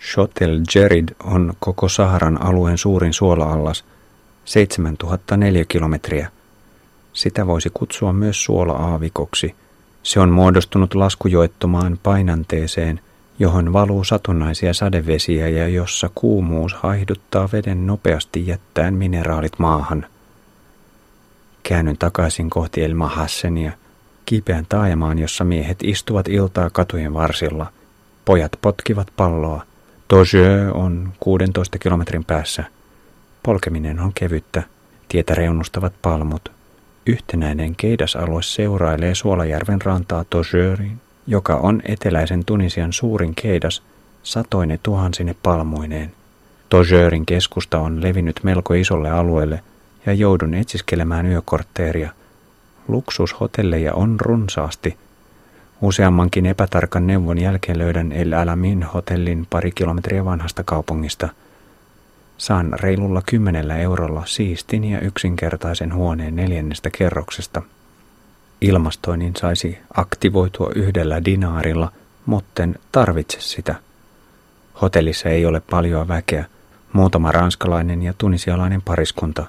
Chott el Djerid on koko Saharan alueen suurin suola-allas, 7000 neliökilometriä. Sitä voisi kutsua myös suola-aavikoksi. Se on muodostunut laskujoettomaan painanteeseen, johon valuu satunnaisia sadevesiä ja jossa kuumuus haihduttaa veden nopeasti jättäen mineraalit maahan. Käännyn takaisin kohti El Mahassenia, kiipeän taajamaan, jossa miehet istuvat iltaa katujen varsilla. Pojat potkivat palloa. Tozeur on 16 kilometrin päässä. Polkeminen on kevyttä. Tietä reunustavat palmut. Yhtenäinen keidasalue seurailee Suolajärven rantaa Tozeuriin, joka on eteläisen Tunisian suurin keidas satoine tuhansine palmuineen. Tozeurin keskusta on levinnyt melko isolle alueelle ja joudun etsiskelemään yökortteeria. Luksushotelleja on runsaasti. Useammankin epätarkan neuvon jälkeen löydän El Alamin hotellin pari kilometriä vanhasta kaupungista. Saan reilulla 10 eurolla siistin ja yksinkertaisen huoneen 4. kerroksesta. Ilmastoinnin saisi aktivoitua 1 dinaarilla, mutten tarvitse sitä. Hotellissa ei ole paljoa väkeä, muutama ranskalainen ja tunisialainen pariskunta.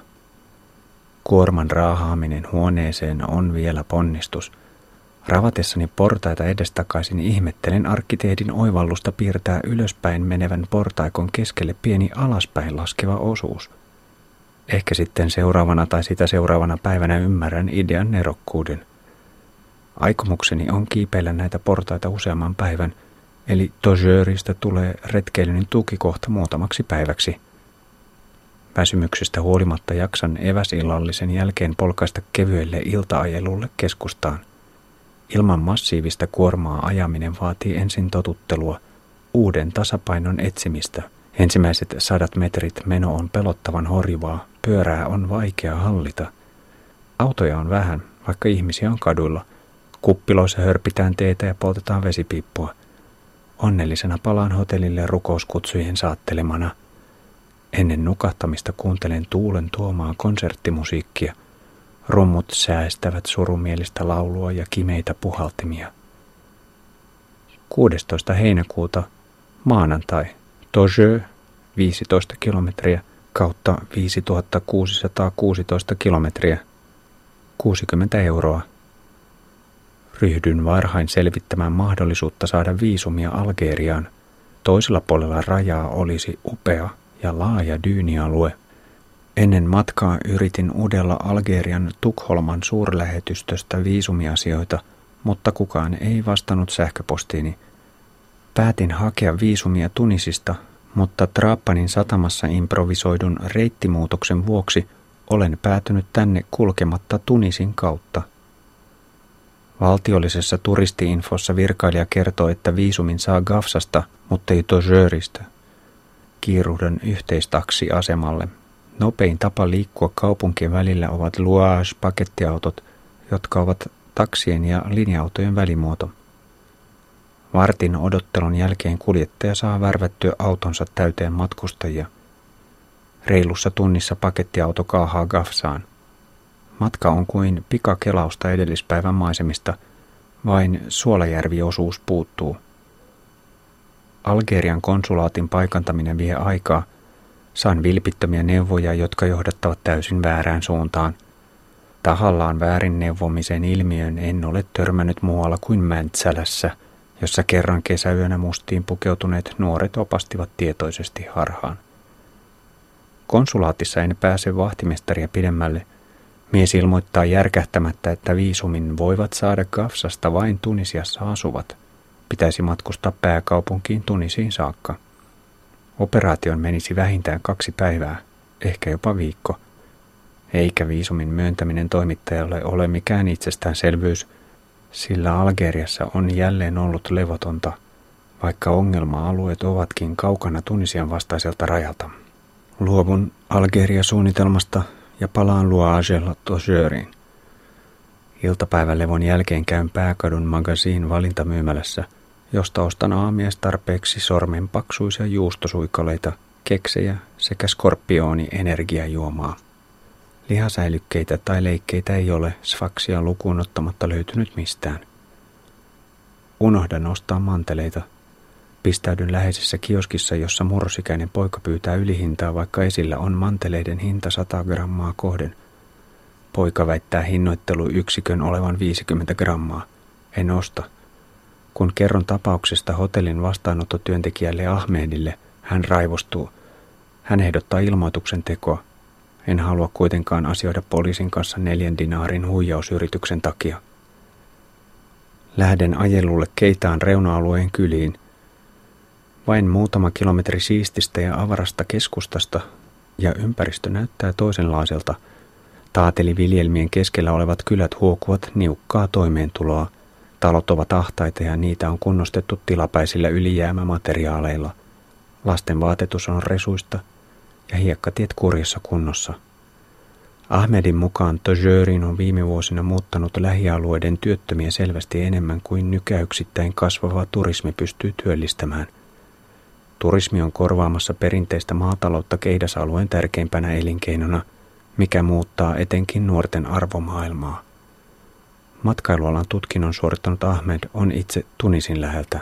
Kuorman raahaaminen huoneeseen on vielä ponnistus. Ravatessani portaita edestakaisin ihmettelen arkkitehdin oivallusta piirtää ylöspäin menevän portaikon keskelle pieni alaspäin laskeva osuus. Ehkä sitten seuraavana tai sitä seuraavana päivänä ymmärrän idean nerokkuuden. Aikomukseni on kiipeillä näitä portaita useamman päivän, eli Tozeurista tulee retkeilynin tukikohta muutamaksi päiväksi. Väsymyksestä huolimatta jaksan eväsillallisen jälkeen polkaista kevyelle iltaajelulle keskustaan. Ilman massiivista kuormaa ajaminen vaatii ensin totuttelua, uuden tasapainon etsimistä. Ensimmäiset 100 metrit meno on pelottavan horjuvaa, pyörää on vaikea hallita. Autoja on vähän, vaikka ihmisiä on kaduilla. Kuppiloissa hörpitään teetä ja poltetaan vesipiippua. Onnellisena palaan hotellille rukouskutsujen saattelemana. Ennen nukahtamista kuuntelen tuulen tuomaa konserttimusiikkia. Rummut säästävät surumielistä laulua ja kimeitä puhaltimia. 16. heinäkuuta, maanantai, Tozeur, 15 kilometriä kautta 5616 kilometriä, 60 euroa. Ryhdyn varhain selvittämään mahdollisuutta saada viisumia Algeriaan. Toisella puolella rajaa olisi upea ja laaja dyynialue. Ennen matkaa yritin udella Algerian Tukholman suurlähetystöstä viisumiasioita, mutta kukaan ei vastannut sähköpostiini. Päätin hakea viisumia Tunisista, mutta Trapanin satamassa improvisoidun reittimuutoksen vuoksi olen päätynyt tänne kulkematta Tunisin kautta. Valtiollisessa turisti-infossa virkailija kertoo, että viisumin saa Gafsasta, mutta ei Tozeurista. Kiiruhdan yhteistaksiasemalle. Nopein tapa liikkua kaupunkien välillä ovat Louage-pakettiautot, jotka ovat taksien ja linja-autojen välimuoto. Vartin odottelun jälkeen kuljettaja saa värvättyä autonsa täyteen matkustajia. Reilussa tunnissa pakettiauto kaahaa Gafsaan. Matka on kuin pikakelausta edellispäivän maisemista, vain Suolajärvi-osuus puuttuu. Algerian konsulaatin paikantaminen vie aikaa. Saan vilpittömiä neuvoja, jotka johdattavat täysin väärään suuntaan. Tahallaan väärin neuvomisen ilmiön en ole törmännyt muualla kuin Mäntsälässä, jossa kerran kesäyönä mustiin pukeutuneet nuoret opastivat tietoisesti harhaan. Konsulaatissa en pääse vahtimestaria pidemmälle. Mies ilmoittaa järkähtämättä, että viisumin voivat saada Gafsasta vain Tunisiassa asuvat. Pitäisi matkustaa pääkaupunkiin Tunisiin saakka. Operaation menisi vähintään 2 päivää, ehkä jopa viikko. Eikä viisumin myöntäminen toimittajalle ole mikään itsestäänselvyys, sillä Algeriassa on jälleen ollut levotonta, vaikka ongelma-alueet ovatkin kaukana Tunisian vastaiselta rajalta. Luovun Algeria-suunnitelmasta ja palaan Louagella Tozeuriin. Iltapäivälevon jälkeen käyn pääkadun Magazine valintamyymälässä, josta ostan aamies tarpeeksi sormenpaksuisia juustosuikaleita, keksejä sekä skorpiooni-energiajuomaa. Lihasäilykkeitä tai leikkeitä ei ole sfaksia lukuun ottamatta löytynyt mistään. Unohdan ostaa manteleita. Pistäydyn läheisessä kioskissa, jossa murrosikäinen poika pyytää ylihintaa, vaikka esillä on manteleiden hinta 100 grammaa kohden. Poika väittää hinnoitteluyksikön olevan 50 grammaa. En osta. Kun kerron tapauksesta hotellin vastaanottotyöntekijälle Ahmedille, hän raivostuu. Hän ehdottaa ilmoituksen tekoa. En halua kuitenkaan asioida poliisin kanssa 4 dinaarin huijausyrityksen takia. Lähden ajelulle Keitaan reuna-alueen kyliin. Vain muutama kilometri siististä ja avarasta keskustasta, ja ympäristö näyttää toisenlaiselta. Taateliviljelmien keskellä olevat kylät huokuvat niukkaa toimeentuloa. Talot ovat ahtaita ja niitä on kunnostettu tilapäisillä ylijäämämateriaaleilla. Lasten vaatetus on resuista ja hiekkatiet kurjassa kunnossa. Ahmedin mukaan Tozeurin on viime vuosina muuttanut lähialueiden työttömiä selvästi enemmän kuin nykäyksittäin kasvava turismi pystyy työllistämään. Turismi on korvaamassa perinteistä maataloutta Keidasalueen tärkeimpänä elinkeinona, mikä muuttaa etenkin nuorten arvomaailmaa. Matkailualan tutkinnon suorittanut Ahmed on itse Tunisin läheltä.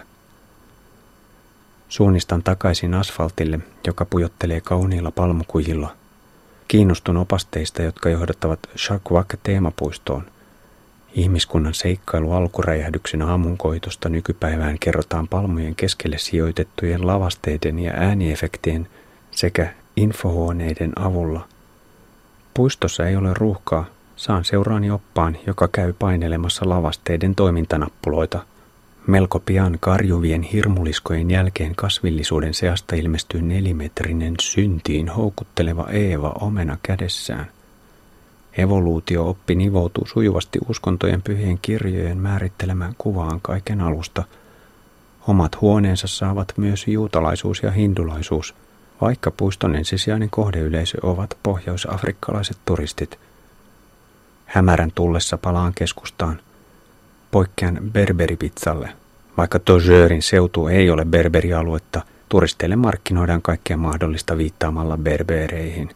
Suunnistan takaisin asfaltille, joka pujottelee kauniilla palmukujilla. Kiinnostun opasteista, jotka johdattavat Shaqaq-teemapuistoon. Ihmiskunnan seikkailu alkuräjähdyksen aamunkoitosta nykypäivään kerrotaan palmujen keskelle sijoitettujen lavasteiden ja ääniefektien sekä infohuoneiden avulla. Puistossa ei ole ruuhkaa. Saan seuraani oppaan, joka käy painelemassa lavasteiden toimintanappuloita. Melko pian karjuvien hirmuliskojen jälkeen kasvillisuuden seasta ilmestyy 4-metrinen syntiin houkutteleva Eeva omena kädessään. Evoluutio-oppi nivoutuu sujuvasti uskontojen pyhien kirjojen määrittelemään kuvaan kaiken alusta. Omat huoneensa saavat myös juutalaisuus ja hindulaisuus, vaikka puiston ensisijainen kohdeyleisö ovat pohjoisafrikkalaiset turistit. Hämärän tullessa palaan keskustaan. Poikkean berberipizzalle. Vaikka Tozeurin seutu ei ole berberialuetta, turisteille markkinoidaan kaikkea mahdollista viittaamalla berbereihin.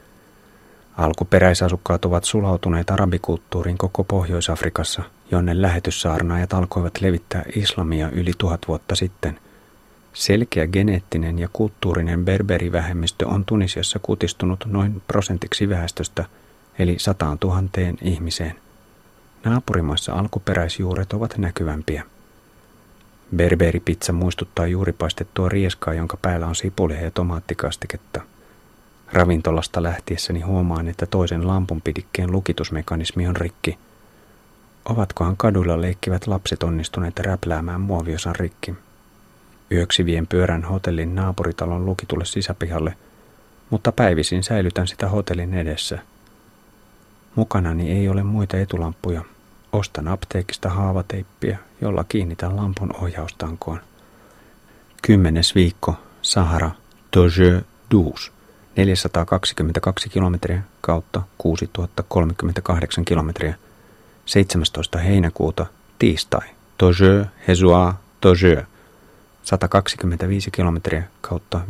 Alkuperäisasukkaat ovat sulautuneet arabikulttuuriin koko Pohjois-Afrikassa, jonne lähetyssaarnaajat alkoivat levittää islamia yli 1000 vuotta sitten. Selkeä geneettinen ja kulttuurinen berberivähemmistö on Tunisiassa kutistunut noin prosentiksi väestöstä, eli 100 000 ihmiseen. Naapurimaissa alkuperäisjuuret ovat näkyvämpiä. Berberipizza muistuttaa juuri paistettua rieskaa, jonka päällä on sipulia ja tomaattikastiketta. Ravintolasta lähtiessäni huomaan, että toisen lampunpidikkeen lukitusmekanismi on rikki. Ovatkohan kaduilla leikkivät lapset onnistuneet räpläämään muoviosan rikki? Yöksi vien pyörän hotellin naapuritalon lukitulle sisäpihalle, mutta päivisin säilytän sitä hotellin edessä. Mukanani ei ole muita etulamppuja. Ostan apteekista haavateippiä, jolla kiinnitän lampun ohjaustankoon. 10. viikko, Sahara, Tozeur 12, 422 kilometriä kautta 6038 kilometriä. 17. heinäkuuta, tiistai, Tozeur, Hezua, Tozeur, 125 kilometriä kautta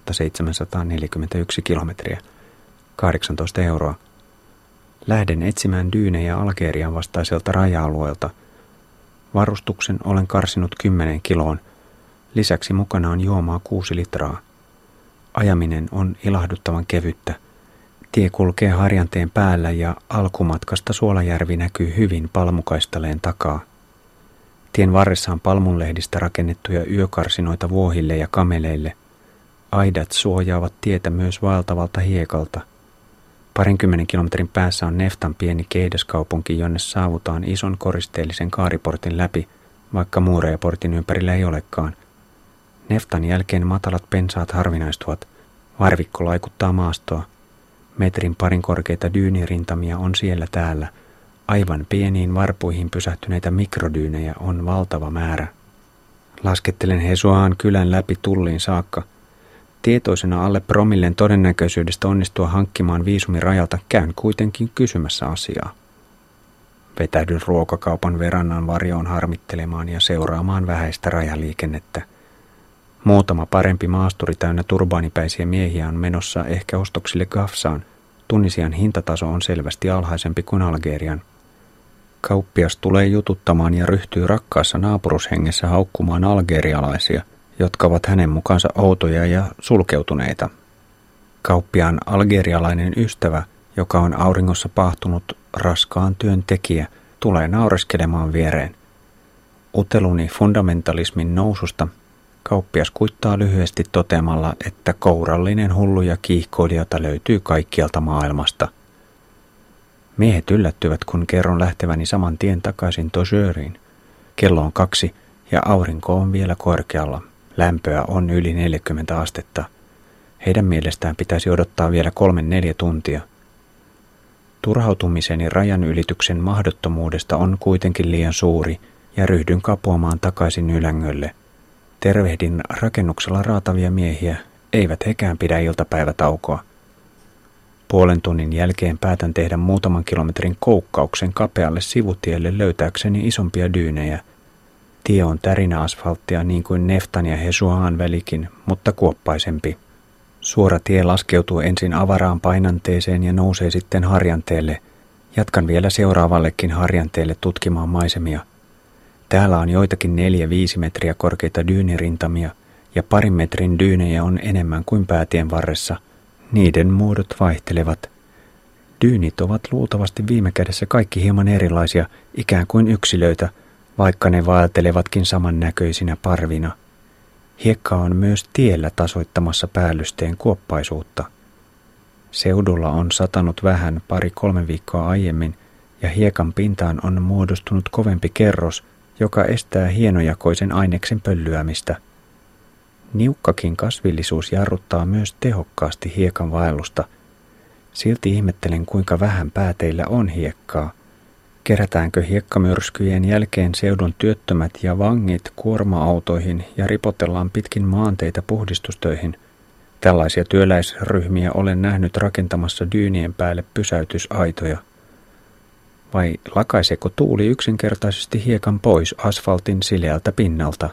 5741 kilometriä. 18 euroa. Lähden etsimään dyynejä Algerian vastaiselta raja-alueelta. Varustuksen olen karsinut 10 kiloon. Lisäksi mukana on juomaa 6 litraa. Ajaminen on ilahduttavan kevyttä. Tie kulkee harjanteen päällä ja alkumatkasta Suolajärvi näkyy hyvin palmukaistaleen takaa. Tien varressa on palmunlehdistä rakennettuja yökarsinoita vuohille ja kameleille. Aidat suojaavat tietä myös vaeltavalta hiekalta. 20 kilometrin päässä on Neftan pieni keidaskaupunki, jonne saavutaan ison koristeellisen kaariportin läpi, vaikka muureja portin ympärillä ei olekaan. Neftan jälkeen matalat pensaat harvinaistuvat. Varvikko laikuttaa maastoa. Metrin parin korkeita dyynirintamia on siellä täällä. Aivan pieniin varpuihin pysähtyneitä mikrodyynejä on valtava määrä. Laskettelen Hesuaan kylän läpi tulliin saakka. Tietoisena alle promillen todennäköisyydestä onnistua hankkimaan viisumin rajalta käyn kuitenkin kysymässä asiaa. Vetäydyn ruokakaupan verannan varjoon harmittelemaan ja seuraamaan vähäistä rajaliikennettä. Muutama parempi maasturi täynnä turbaanipäisiä miehiä on menossa ehkä ostoksille Gafsaan. Tunisian hintataso on selvästi alhaisempi kuin Algerian. Kauppias tulee jututtamaan ja ryhtyy rakkaassa naapurushengessä haukkumaan algerialaisia, jotka ovat hänen mukaansa outoja ja sulkeutuneita. Kauppiaan algerialainen ystävä, joka on auringossa paahtunut raskaan työn tekijä, tulee naureskelemaan viereen. Uteluni fundamentalismin noususta kauppias kuittaa lyhyesti toteamalla, että kourallinen hullu ja kiihkoilijoita löytyy kaikkialta maailmasta. Miehet yllättyvät, kun kerron lähteväni saman tien takaisin Togeriin. Kello on 2 ja aurinko on vielä korkealla. Lämpöä on yli 40 astetta. Heidän mielestään pitäisi odottaa vielä 3-4 tuntia. Turhautumiseni rajan ylityksen mahdottomuudesta on kuitenkin liian suuri ja ryhdyn kapuamaan takaisin Ylängölle. Tervehdin rakennuksella raatavia miehiä, eivät hekään pidä iltapäivätaukoa. Puolen tunnin jälkeen päätän tehdä muutaman kilometrin koukkauksen kapealle sivutielle löytääkseni isompia dyynejä. Tie on tärinäasfalttia niin kuin Neftan ja Hesuaan välikin, mutta kuoppaisempi. Suora tie laskeutuu ensin avaraan painanteeseen ja nousee sitten harjanteelle. Jatkan vielä seuraavallekin harjanteelle tutkimaan maisemia. Täällä on joitakin 4-5 metriä korkeita dyynirintamia ja 2 metrin dyynejä on enemmän kuin päätien varressa. Niiden muodot vaihtelevat. Dyynit ovat luultavasti viime kädessä kaikki hieman erilaisia, ikään kuin yksilöitä, vaikka ne vaeltelevatkin samannäköisinä parvina. Hiekka on myös tiellä tasoittamassa päällysteen kuoppaisuutta. Seudulla on satanut vähän 2-3 viikkoa aiemmin ja hiekan pintaan on muodostunut kovempi kerros, joka estää hienojakoisen aineksen pöllyämistä. Niukkakin kasvillisuus jarruttaa myös tehokkaasti hiekan vaellusta. Silti ihmettelen, kuinka vähän pääteillä on hiekkaa. Kerätäänkö hiekkamyrskyjen jälkeen seudun työttömät ja vangit kuorma-autoihin ja ripotellaan pitkin maanteita puhdistustöihin? Tällaisia työläisryhmiä olen nähnyt rakentamassa dyynien päälle pysäytysaitoja. Vai lakaiseeko tuuli yksinkertaisesti hiekan pois asfaltin sileältä pinnalta?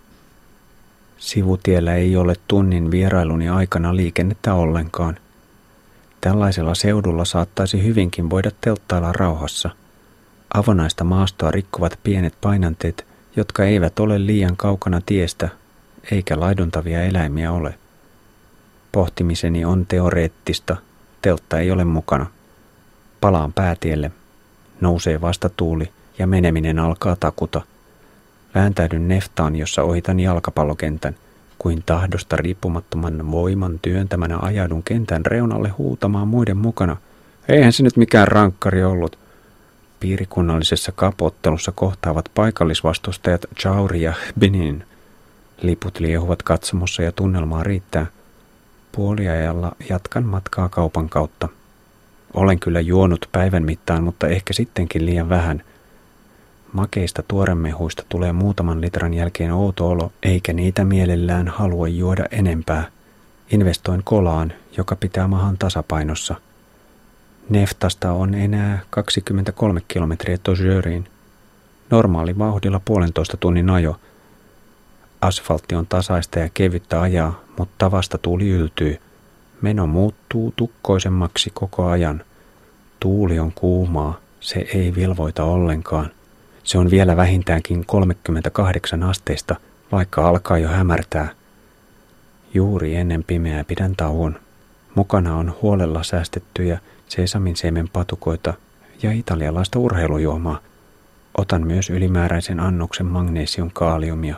Sivutiellä ei ole tunnin vierailuni aikana liikennettä ollenkaan. Tällaisella seudulla saattaisi hyvinkin voida telttailla rauhassa. Avonaista maastoa rikkovat pienet painanteet, jotka eivät ole liian kaukana tiestä, eikä laiduntavia eläimiä ole. Pohtimiseni on teoreettista, teltta ei ole mukana. Palaan päätielle. Nousee vastatuuli ja meneminen alkaa takuta. Vääntäydyn Neftaan, jossa ohitan jalkapallokentän, kuin tahdosta riippumattoman voiman työntämänä ajaudun kentän reunalle huutamaan muiden mukana. Eihän se nyt mikään rankkari ollut. Piirikunnallisessa kapottelussa kohtaavat paikallisvastustajat Chauri ja Benin. Liput liehuvat katsomossa ja tunnelmaa riittää. Puoliajalla jatkan matkaa kaupan kautta. Olen kyllä juonut päivän mittaan, mutta ehkä sittenkin liian vähän. Makeista tuoremehuista tulee muutaman litran jälkeen outo olo, eikä niitä mielellään halua juoda enempää. Investoin kolaan, joka pitää mahan tasapainossa. Neftasta on enää 23 kilometriä Togeriin. Normaali vauhdilla 1,5 tunnin ajo. Asfaltti on tasaista ja kevyttä ajaa, mutta vastatuuli yltyy. Meno muuttuu tukkoisemmaksi koko ajan. Tuuli on kuumaa, se ei vilvoita ollenkaan. Se on vielä vähintäänkin 38 asteista, vaikka alkaa jo hämärtää. Juuri ennen pimeää pidän tauon. Mukana on huolella säästettyjä sesaminseemen patukoita ja italialaista urheilujuomaa. Otan myös ylimääräisen annoksen magnesium-kaaliumia.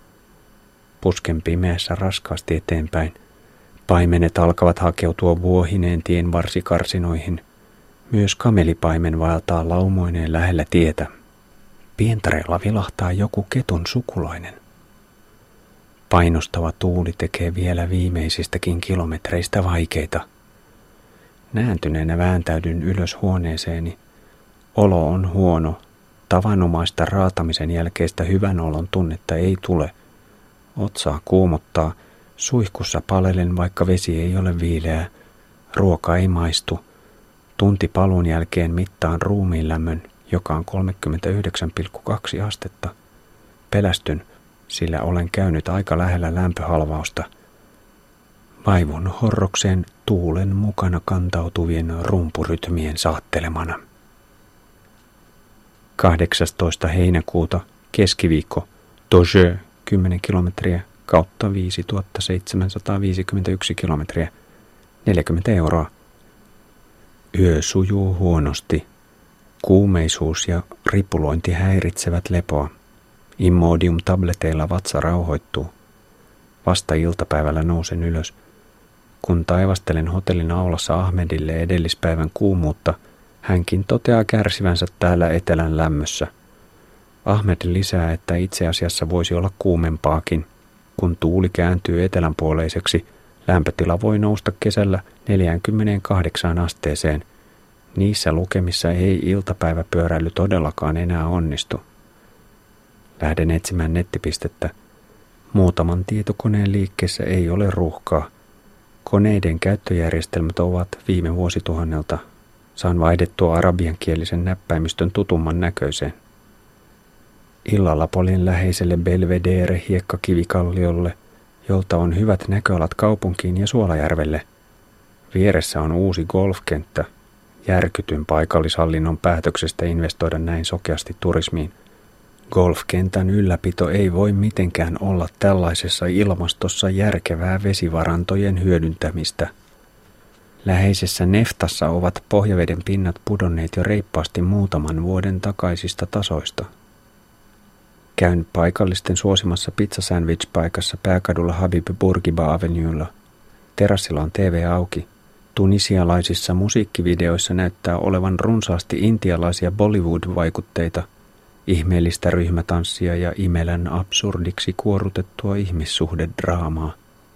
Pusken pimeässä raskaasti eteenpäin. Paimenet alkavat hakeutua vuohineen tien varsikarsinoihin. Myös kamelipaimen vaeltaa laumoineen lähellä tietä. Pientareella vilahtaa joku ketun sukulainen. Painostava tuuli tekee vielä viimeisistäkin kilometreistä vaikeita. Nääntyneenä vääntäydyn ylös huoneeseeni. Olo on huono. Tavanomaista raatamisen jälkeistä hyvän olon tunnetta ei tule. Otsaa kuumottaa. Suihkussa palelen, vaikka vesi ei ole viileää. Ruoka ei maistu. Tunti paluun jälkeen mittaan ruumiinlämmön, joka on 39,2 astetta. Pelästyn, sillä olen käynyt aika lähellä lämpöhalvausta. Vaivun horrokseen tuulen mukana kantautuvien rumpurytmien saattelemana. 18. heinäkuuta, keskiviikko, Toge, 10 kilometriä, kautta 5751 kilometriä, 40 euroa. Yö sujuu huonosti. Kuumeisuus ja ripulointi häiritsevät lepoa. Imodium-tableteilla vatsa rauhoittuu. Vasta iltapäivällä nousen ylös. Kun taivastelen hotellin aulassa Ahmedille edellispäivän kuumuutta, hänkin toteaa kärsivänsä täällä etelän lämmössä. Ahmed lisää, että itse asiassa voisi olla kuumempaakin. Kun tuuli kääntyy etelänpuoleiseksi, lämpötila voi nousta kesällä 48 asteeseen. Niissä lukemissa ei iltapäiväpyöräily todellakaan enää onnistu. Lähden etsimään nettipistettä. Muutaman tietokoneen liikkeessä ei ole ruuhkaa. Koneiden käyttöjärjestelmät ovat viime vuosituhannelta. Saan vaihdettua arabiankielisen näppäimistön tutumman näköiseen. Illalla poljen läheiselle Belvedere hiekkakivikalliolle, jolta on hyvät näköalat kaupunkiin ja Suolajärvelle. Vieressä on uusi golfkenttä. Järkytyn paikallishallinnon päätöksestä investoida näin sokeasti turismiin. Golfkentän ylläpito ei voi mitenkään olla tällaisessa ilmastossa järkevää vesivarantojen hyödyntämistä. Läheisessä Neftassa ovat pohjaveden pinnat pudonneet jo reippaasti muutaman vuoden takaisista tasoista. Käyn paikallisten suosimassa pizzasandwich-paikassa pääkadulla Habib Bourguiba Avenuella. Terassilla on TV auki. Tunisialaisissa musiikkivideoissa näyttää olevan runsaasti intialaisia Bollywood-vaikutteita, ihmeellistä ryhmätanssia ja imelän absurdiksi kuorutettua ihmissuhdedraamaa.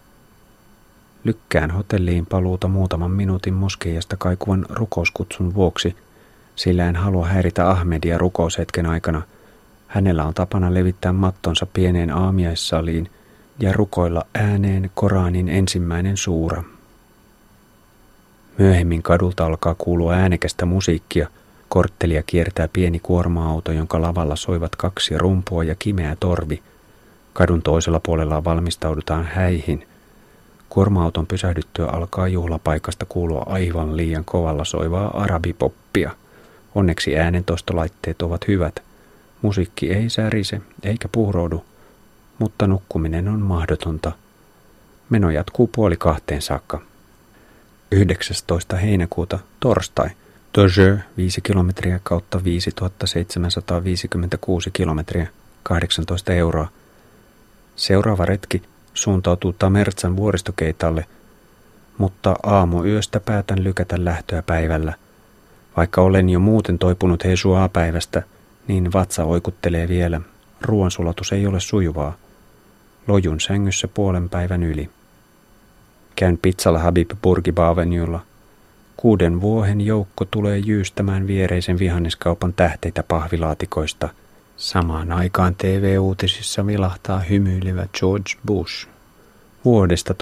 Lykkään hotelliin paluuta muutaman minuutin moskeijasta kaikuvan rukouskutsun vuoksi, sillä en halua häiritä Ahmedia rukoushetken aikana. Hänellä on tapana levittää mattonsa pieneen aamiaissaliin ja rukoilla ääneen Koranin ensimmäinen suura. Myöhemmin kadulta alkaa kuulua äänekästä musiikkia. Korttelia kiertää pieni kuorma-auto, jonka lavalla soivat 2 rumpua ja kimeä torvi. Kadun toisella puolella valmistaudutaan häihin. Kuorma-auton pysähdyttyä alkaa juhlapaikasta kuulua aivan liian kovalla soivaa arabipoppia. Onneksi äänentoistolaitteet ovat hyvät. Musiikki ei särise eikä puuroudu, mutta nukkuminen on mahdotonta. Meno jatkuu 1:30 saakka. 19. heinäkuuta, torstai. Toje 5 kilometriä kautta 5756 kilometriä, 18 euroa. Seuraava retki suuntautuu Tamertsan vuoristokeitalle, mutta aamuyöstä päätän lykätä lähtöä päivällä. Vaikka olen jo muuten toipunut Hesua-päivästä, niin vatsa oikuttelee vielä. Ruoansulatus ei ole sujuvaa. Lojun sängyssä puolen päivän yli. Käyn pizzalla Habib Bourguiba Avenuella. 6 vuohen joukko tulee jyystämään viereisen vihanneskaupan tähteitä pahvilaatikoista. Samaan aikaan TV-uutisissa vilahtaa hymyilevä George Bush. Vuodesta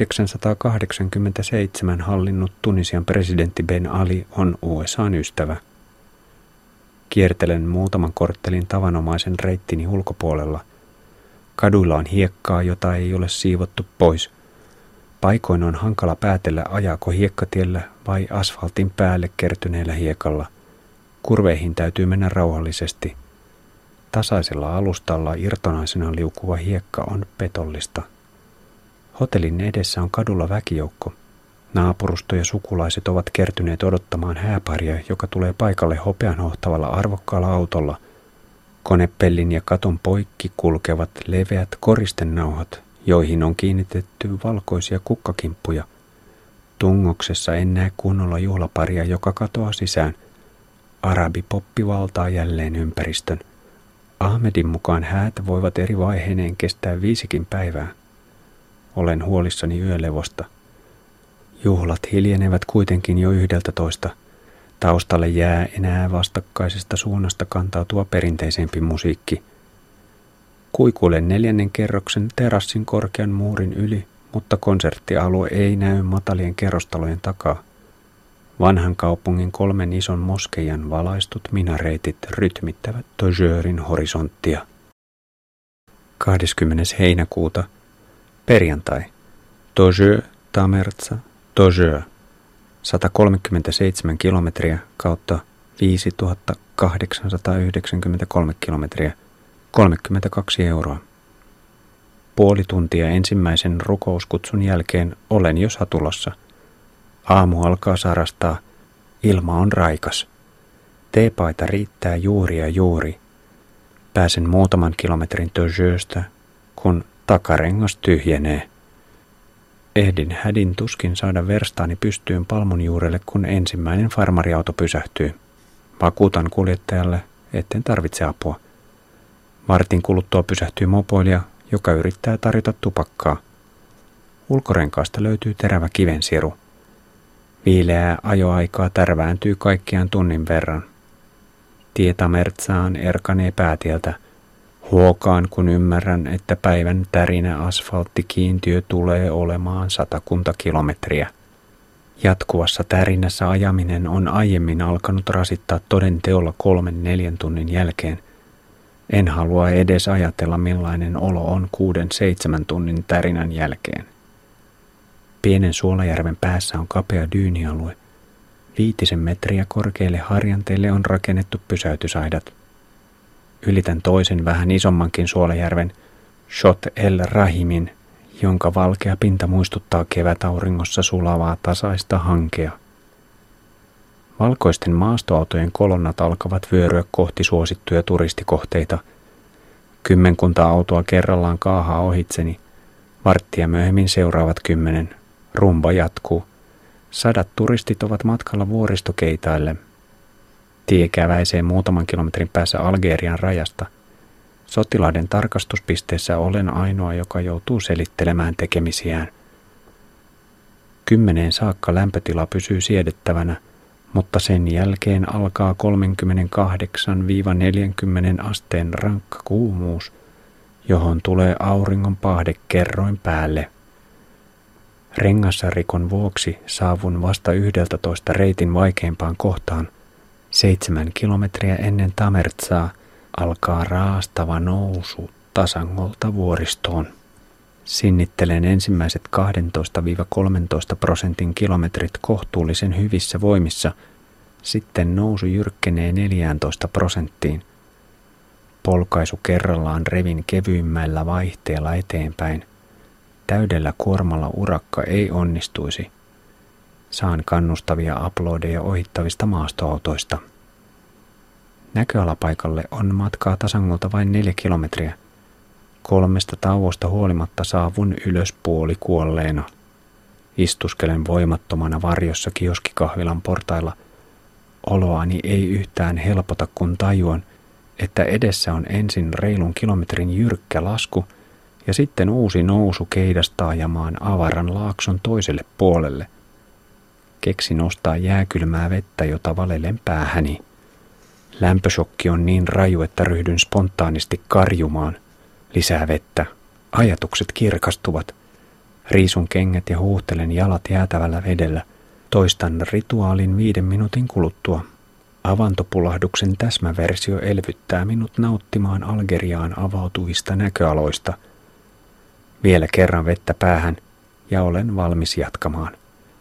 1987 hallinnut Tunisian presidentti Ben Ali on USA:n ystävä. Kiertelen muutaman korttelin tavanomaisen reittini ulkopuolella. Kaduilla on hiekkaa, jota ei ole siivottu pois. Paikoin on hankala päätellä, ajaako hiekkatiellä vai asfaltin päälle kertyneellä hiekalla. Kurveihin täytyy mennä rauhallisesti. Tasaisella alustalla irtonaisena liukuva hiekka on petollista. Hotellin edessä on kadulla väkijoukko. Naapurusto ja sukulaiset ovat kertyneet odottamaan hääparia, joka tulee paikalle hopeanhohtavalla arvokkaalla autolla. Konepellin ja katon poikki kulkevat leveät koristennauhat, joihin on kiinnitetty valkoisia kukkakimppuja. Tungoksessa en näe kunnolla juhlaparia, joka katoaa sisään. Arabipoppi valtaa jälleen ympäristön. Ahmedin mukaan häät voivat eri vaiheineen kestää 5 päivää. Olen huolissani yölevosta. Juhlat hiljenevät kuitenkin jo 11. Taustalle jää enää vastakkaisesta suunnasta kantautua perinteisempi musiikki. Kuikuilen 4. kerroksen terassin korkean muurin yli, mutta konserttialue ei näy matalien kerrostalojen takaa. Vanhan kaupungin 3 ison moskeijan valaistut minareitit rytmittävät Tojerin horisonttia. 20. heinäkuuta, perjantai. Toje, Tamertsa, Toje. 137 kilometriä kautta 5893 kilometriä, 32 euroa. Puoli tuntia ensimmäisen rukouskutsun jälkeen olen jo satulassa. Aamu alkaa sarastaa. Ilma on raikas. Teepaita riittää juuri ja juuri. Pääsen muutaman kilometrin Töjöstä, kun takarengas tyhjenee. Ehdin hädin tuskin saada verstaani pystyyn palmun juurelle, kun ensimmäinen farmariauto pysähtyy. Vakuutan kuljettajalle, etten tarvitse apua. Vartin kuluttua pysähtyy mopoilija, joka yrittää tarjota tupakkaa. Ulkorenkaasta löytyy terävä kivensiru. Viileää ajoaikaa tärvääntyy kaikkiaan tunnin verran. Tie Tamertsaan erkanee päätieltä. Huokaan, kun ymmärrän, että päivän tärinä asfalttikiintiö tulee olemaan 100 kilometriä. Jatkuvassa tärinässä ajaminen on aiemmin alkanut rasittaa toden teolla 3-4 tunnin jälkeen. En halua edes ajatella, millainen olo on 6-7 tunnin tärinän jälkeen. Pienen Suolajärven päässä on kapea dyynialue. 5 metriä korkeille harjanteille on rakennettu pysäytysaidat. Ylitän toisen vähän isommankin Suolajärven, Shot el Rahimin, jonka valkea pinta muistuttaa kevätauringossa sulavaa tasaista hankea. Valkoisten maastoautojen kolonnat alkavat vyöryä kohti suosittuja turistikohteita. 10 autoa kerrallaan kaahaa ohitseni. Varttia myöhemmin seuraavat 10. Rumba jatkuu. 100 turistit ovat matkalla vuoristokeitaille. Tie käväisee muutaman kilometrin päässä Algerian rajasta. Sotilaiden tarkastuspisteessä olen ainoa, joka joutuu selittelemään tekemisiään. 10 saakka lämpötila pysyy siedettävänä, mutta sen jälkeen alkaa 38-40 asteen rankka kuumuus, johon tulee auringon pahdekerroin päälle. Rengasrikon vuoksi saavun vasta 11 reitin vaikeimpaan kohtaan. 7 kilometriä ennen Tamertsaa alkaa raastava nousu Tasangolta vuoristoon. Sinnittelen ensimmäiset 12-13% kilometrit kohtuullisen hyvissä voimissa, sitten nousu jyrkkenee 14%. Polkaisu kerrallaan revin kevyimmällä vaihteella eteenpäin. Täydellä kuormalla urakka ei onnistuisi. Saan kannustavia aplodeja ohittavista maastoautoista. Näköalapaikalle on matkaa Tasangolta vain 4 kilometriä. 3 tauosta huolimatta saavun ylös puolikuolleena. Istuskelen voimattomana varjossa kioskikahvilan portailla. Oloani ei yhtään helpota, kun tajuan, että edessä on ensin reilun kilometrin jyrkkä lasku ja sitten uusi nousu keidastaajamaan avaran laakson toiselle puolelle. Keksin nostaa jääkylmää vettä, jota valelen päähäni. Lämpöshokki on niin raju, että ryhdyn spontaanisti karjumaan. Lisää vettä. Ajatukset kirkastuvat. Riisun kengät ja huuhtelen jalat jäätävällä vedellä. Toistan rituaalin 5 minuutin kuluttua. Avantopulahduksen täsmäversio elvyttää minut nauttimaan Algeriaan avautuvista näköaloista. Vielä kerran vettä päähän ja olen valmis jatkamaan.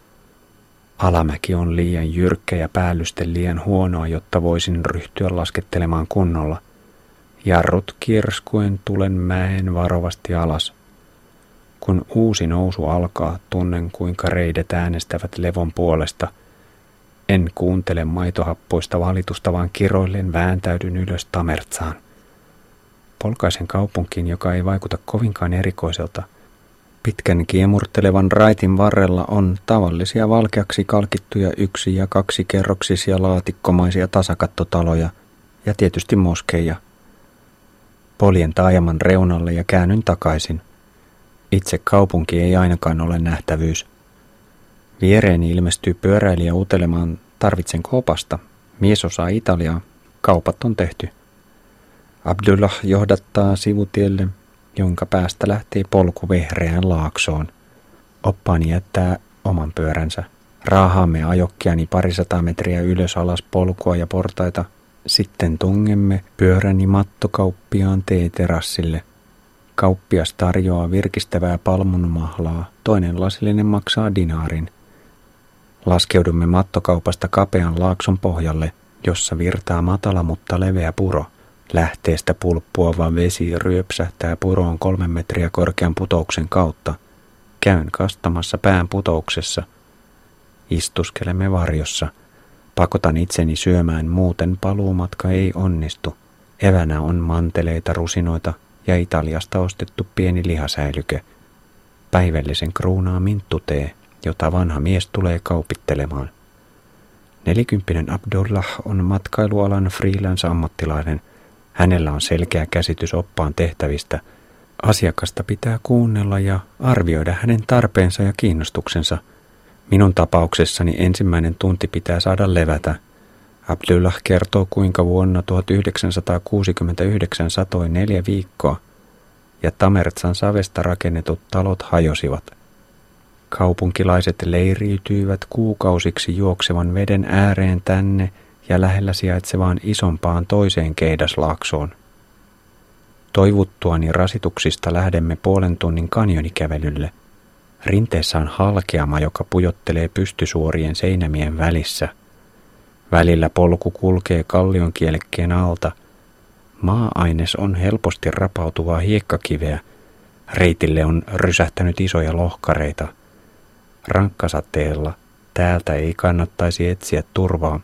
Alamäki on liian jyrkkä ja päällyste liian huonoa, jotta voisin ryhtyä laskettelemaan kunnolla. Jarrut kirskuen tulen mäen varovasti alas. Kun uusi nousu alkaa, tunnen kuinka reidet äänestävät levon puolesta. En kuuntele maitohappoista valitusta, vaan kiroillen vääntäydyn ylös Tamertsaan. Polkaisen kaupunkiin, joka ei vaikuta kovinkaan erikoiselta. Pitkän kiemurtelevan raitin varrella on tavallisia valkeaksi kalkittuja 1- ja 2-kerroksisia laatikkomaisia tasakattotaloja ja tietysti moskeija. Poljen taajaman reunalle ja käännyn takaisin. Itse kaupunki ei ainakaan ole nähtävyys. Viereeni ilmestyy pyöräilijä utelemaan, tarvitsenko opasta. Mies osaa italiaa, kaupat on tehty. Abdullah johdattaa sivutielle, jonka päästä lähtee polku vehreään laaksoon. Oppaani jättää oman pyöränsä. Raahaamme ajokkiani 200 metriä ylös alas polkua ja portaita. Sitten tungemme pyöräni mattokauppiaan teeterassille. Kauppias tarjoaa virkistävää palmunmahlaa, toinen lasillinen maksaa dinaarin. Laskeudumme mattokaupasta kapean laakson pohjalle, jossa virtaa matala mutta leveä puro. Lähteestä pulppuava vesi ryöpsähtää puroon 3 metriä korkean putouksen kautta. Käyn kastamassa pään putouksessa. Istuskelemme varjossa. Pakotan itseni syömään, muuten paluumatka ei onnistu. Evänä on manteleita, rusinoita ja Italiasta ostettu pieni lihasäilyke. Päivällisen kruunaa minttutee, jota vanha mies tulee kaupittelemaan. 40 Abdullah on matkailualan freelance-ammattilainen. Hänellä on selkeä käsitys oppaan tehtävistä. Asiakasta pitää kuunnella ja arvioida hänen tarpeensa ja kiinnostuksensa. Minun tapauksessani ensimmäinen tunti pitää saada levätä. Abdullah kertoo, kuinka vuonna 1969 satoi 4 viikkoa ja Tamertsan savesta rakennetut talot hajosivat. Kaupunkilaiset leiriytyivät kuukausiksi juoksevan veden ääreen tänne ja lähellä sijaitsevaan isompaan toiseen Keidaslaaksoon. Toivuttuani rasituksista lähdemme 0,5 tunnin kanjonikävelylle. Rinteessä on halkeama, joka pujottelee pystysuorien seinämien välissä. Välillä polku kulkee kallionkielekkeen alta. Maa-aines on helposti rapautuvaa hiekkakiveä. Reitille on rysähtänyt isoja lohkareita. Rankkasateella täältä ei kannattaisi etsiä turvaa.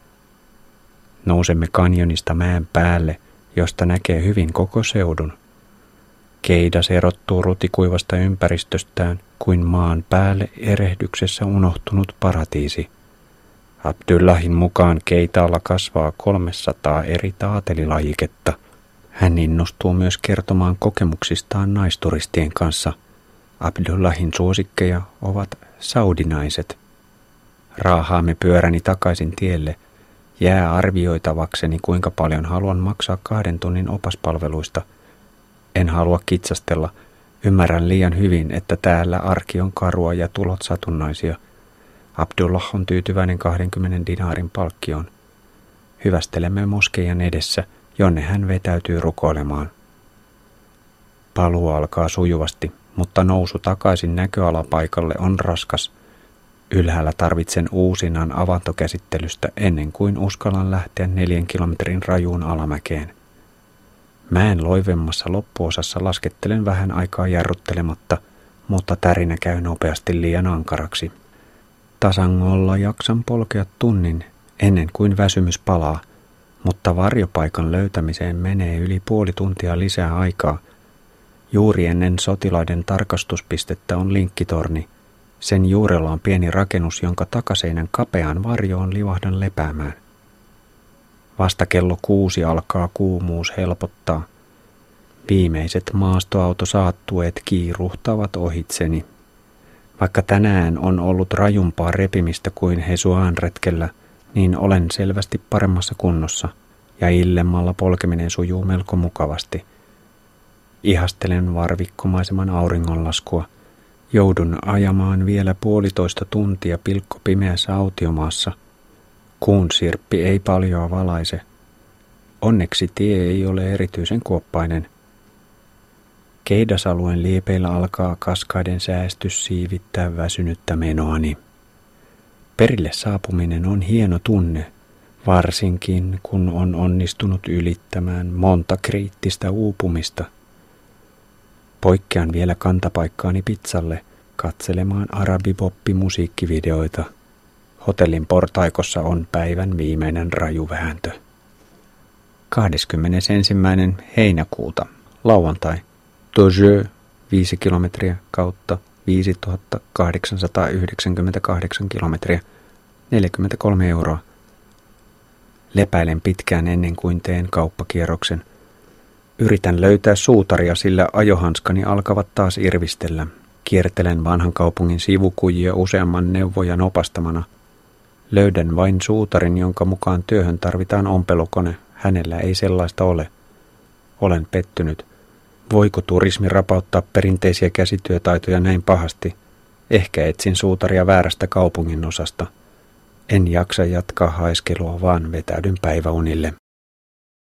Nousemme kanjonista mäen päälle, josta näkee hyvin koko seudun. Keidas erottuu rutikuivasta ympäristöstään kuin maan päälle erehdyksessä unohtunut paratiisi. Abdullahin mukaan Keitaalla kasvaa 300 eri taatelilajiketta. Hän innostuu myös kertomaan kokemuksistaan naisturistien kanssa. Abdullahin suosikkeja ovat saudinaiset. Raahaamme pyöräni takaisin tielle. Jää arvioitavakseni, kuinka paljon haluan maksaa 2 tunnin opaspalveluista. En halua kitsastella. Ymmärrän liian hyvin, että täällä arki on karua ja tulot satunnaisia. Abdullah on tyytyväinen 20 dinaarin palkkioon. Hyvästelemme moskeijan edessä, jonne hän vetäytyy rukoilemaan. Paluu alkaa sujuvasti, mutta nousu takaisin näköalapaikalle on raskas. Ylhäällä tarvitsen uusinnan avantokäsittelystä ennen kuin uskallan lähteä 4 kilometrin rajuun alamäkeen. Mäen loivemmassa loppuosassa laskettelen vähän aikaa jarruttelematta, mutta tärinä käy nopeasti liian ankaraksi. Tasangolla jaksan polkea tunnin ennen kuin väsymys palaa, mutta varjopaikan löytämiseen menee yli 0,5 tuntia lisää aikaa. Juuri ennen sotilaiden tarkastuspistettä on linkkitorni. Sen juurella on pieni rakennus, jonka takaseinän kapeaan varjoon livahdan lepäämään. Vasta kello 6 alkaa kuumuus helpottaa. Viimeiset maastoautosaattueet kiiruhtavat ohitseni. Vaikka tänään on ollut rajumpaa repimistä kuin Hesuaan retkellä, niin olen selvästi paremmassa kunnossa ja illemmalla polkeminen sujuu melko mukavasti. Ihastelen varvikkomaiseman auringonlaskua. Joudun ajamaan vielä 1,5 tuntia pilkkopimeässä autiomaassa. Kuun sirppi ei paljoa valaise. Onneksi tie ei ole erityisen kuoppainen. Keidasalueen liepeillä alkaa kaskaiden säästys siivittää väsynyttä menoani. Perille saapuminen on hieno tunne, varsinkin kun on onnistunut ylittämään monta kriittistä uupumista. Poikkean vielä kantapaikkaani pizzalle katselemaan arabipoppimusiikkivideoita. Hotellin portaikossa on päivän viimeinen raju vääntö. 21. heinäkuuta, lauantai. Toje, 5 kilometriä kautta 5898 kilometriä, 43 €. Lepäilen pitkään ennen kuin teen kauppakierroksen. Yritän löytää suutaria, sillä ajohanskani alkavat taas irvistellä. Kiertelen vanhan kaupungin sivukujia useamman neuvojan opastamana. Löydän vain suutarin, jonka mukaan työhön tarvitaan ompelukone. Hänellä ei sellaista ole. Olen pettynyt. Voiko turismi rapauttaa perinteisiä käsityötaitoja näin pahasti? Ehkä etsin suutaria väärästä kaupungin osasta. En jaksa jatkaa haiskelua, vaan vetäydyn päiväunille.